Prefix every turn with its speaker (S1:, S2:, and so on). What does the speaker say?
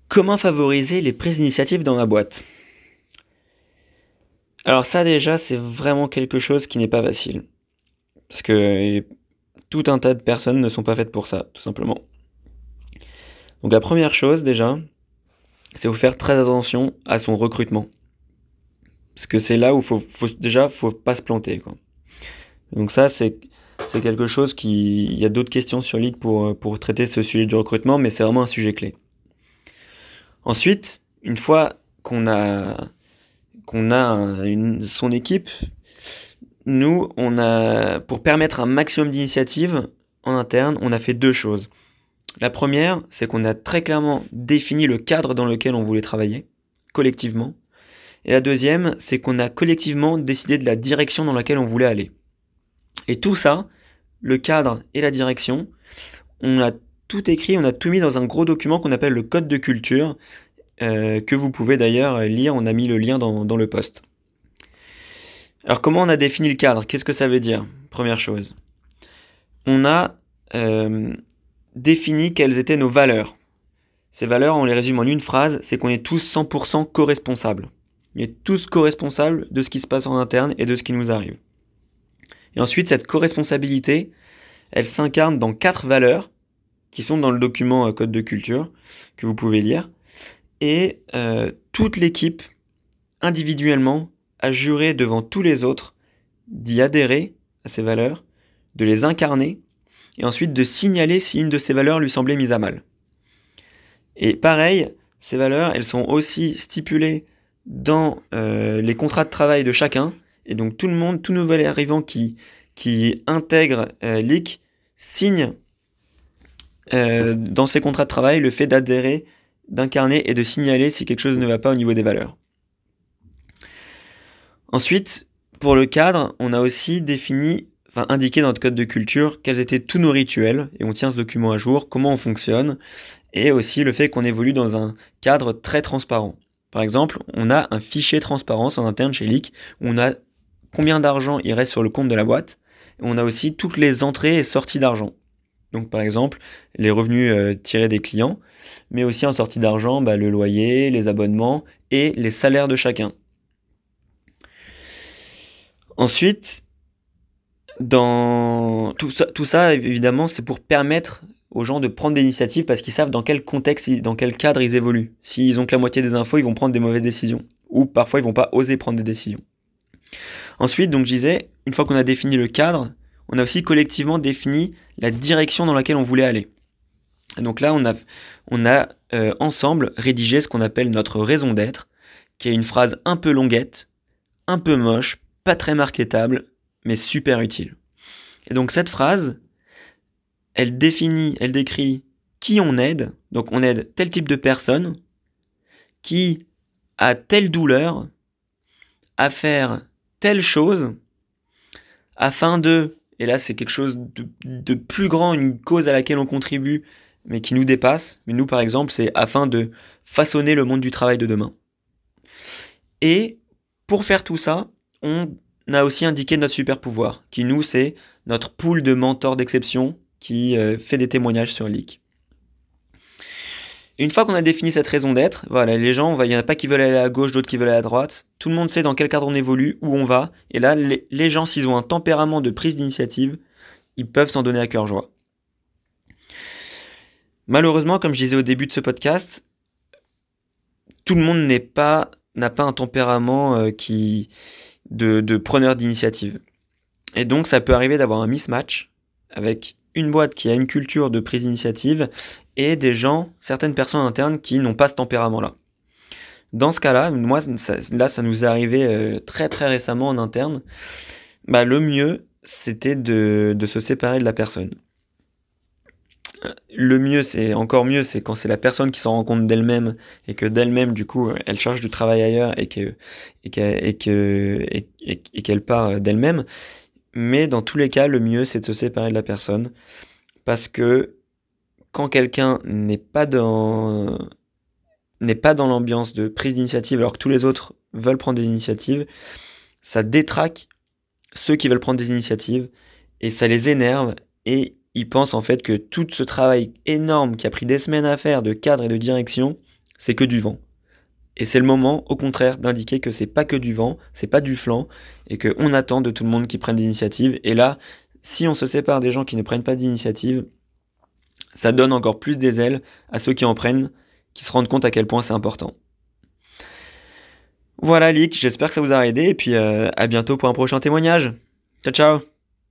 S1: Comment favoriser les prises d'initiative dans ma boîte? Alors ça déjà, c'est vraiment quelque chose qui n'est pas facile. Parce que tout un tas de personnes ne sont pas faites pour ça, tout simplement. Donc la première chose déjà, c'est vous faire très attention à son recrutement. Parce que c'est là où faut pas se planter, quoi. Donc ça, c'est quelque chose il y a d'autres questions sur Lead pour traiter ce sujet du recrutement, mais c'est vraiment un sujet clé. Ensuite, une fois qu'on a son équipe, nous, pour permettre un maximum d'initiatives en interne, on a fait deux choses. La première, c'est qu'on a très clairement défini le cadre dans lequel on voulait travailler, collectivement. Et la deuxième, c'est qu'on a collectivement décidé de la direction dans laquelle on voulait aller. Et tout ça, le cadre et la direction, on a tout écrit, on a tout mis dans un gros document qu'on appelle le code de culture, que vous pouvez d'ailleurs lire, on a mis le lien dans le post. Alors comment on a défini le cadre? Qu'est-ce que ça veut dire? Première chose. On a défini quelles étaient nos valeurs. Ces valeurs, on les résume en une phrase, c'est qu'on est tous 100% co-responsables. On est tous co-responsables de ce qui se passe en interne et de ce qui nous arrive. Et ensuite, cette co-responsabilité, elle s'incarne dans 4 valeurs qui sont dans le document code de culture que vous pouvez lire. Et toute l'équipe, individuellement, a juré devant tous les autres d'y adhérer à ces valeurs, de les incarner, et ensuite de signaler si une de ces valeurs lui semblait mise à mal. Et pareil, ces valeurs, elles sont aussi stipulées dans les contrats de travail de chacun, et donc tout le monde, tout nouvel arrivant qui intègre LEAK signe dans ses contrats de travail le fait d'adhérer, d'incarner et de signaler si quelque chose ne va pas au niveau des valeurs. Ensuite, pour le cadre, on a aussi indiqué dans notre code de culture quels étaient tous nos rituels, et on tient ce document à jour, comment on fonctionne, et aussi le fait qu'on évolue dans un cadre très transparent. Par exemple, on a un fichier transparence en interne chez Leak, où on a combien d'argent il reste sur le compte de la boîte, et on a aussi toutes les entrées et sorties d'argent. Donc par exemple, les revenus tirés des clients, mais aussi en sortie d'argent, le loyer, les abonnements et les salaires de chacun. Ensuite, dans tout ça, évidemment, c'est pour permettre aux gens de prendre des initiatives parce qu'ils savent dans quel contexte, dans quel cadre ils évoluent. S'ils ont que la moitié des infos, ils vont prendre des mauvaises décisions. Ou parfois, ils vont pas oser prendre des décisions. Ensuite, donc je disais, une fois qu'on a défini le cadre, on a aussi collectivement défini la direction dans laquelle on voulait aller. Et donc là, on a ensemble rédigé ce qu'on appelle notre raison d'être, qui est une phrase un peu longuette, un peu moche, pas très marketable, mais super utile. Et donc cette phrase, elle décrit qui on aide. Donc on aide tel type de personne qui a telle douleur à faire telle chose afin de, et là c'est quelque chose de plus grand, une cause à laquelle on contribue, mais qui nous dépasse. Mais nous par exemple, c'est afin de façonner le monde du travail de demain. Et pour faire tout ça, on a aussi indiqué notre super pouvoir, qui nous, c'est notre pool de mentors d'exception qui fait des témoignages sur Leak. Une fois qu'on a défini cette raison d'être, voilà, les gens, il n'y en a pas qui veulent aller à gauche, d'autres qui veulent aller à droite. Tout le monde sait dans quel cadre on évolue, où on va. Et là, les gens, s'ils ont un tempérament de prise d'initiative, ils peuvent s'en donner à cœur joie. Malheureusement, comme je disais au début de ce podcast, tout le monde n'a pas un tempérament de preneur d'initiative. Et donc ça peut arriver d'avoir un mismatch avec une boîte qui a une culture de prise d'initiative et certaines personnes internes qui n'ont pas ce tempérament-là. Dans ce cas-là, ça nous est arrivé très très récemment en interne. Le mieux, c'était de se séparer de la personne. Le mieux, c'est quand c'est la personne qui s'en rend compte d'elle-même et que d'elle-même, du coup, elle cherche du travail ailleurs et qu'elle part d'elle-même. Mais dans tous les cas, le mieux, c'est de se séparer de la personne parce que quand quelqu'un n'est pas dans l'ambiance de prise d'initiative alors que tous les autres veulent prendre des initiatives, ça détraque ceux qui veulent prendre des initiatives et ça les énerve et ils pensent en fait que tout ce travail énorme qui a pris des semaines à faire de cadre et de direction, c'est que du vent. Et c'est le moment, au contraire, d'indiquer que c'est pas que du vent, c'est pas du flanc, et qu'on attend de tout le monde qui prenne d'initiative. Et là, si on se sépare des gens qui ne prennent pas d'initiative, ça donne encore plus des ailes à ceux qui en prennent, qui se rendent compte à quel point c'est important. Voilà, Lick, j'espère que ça vous a aidé, et puis à bientôt pour un prochain témoignage. Ciao, ciao!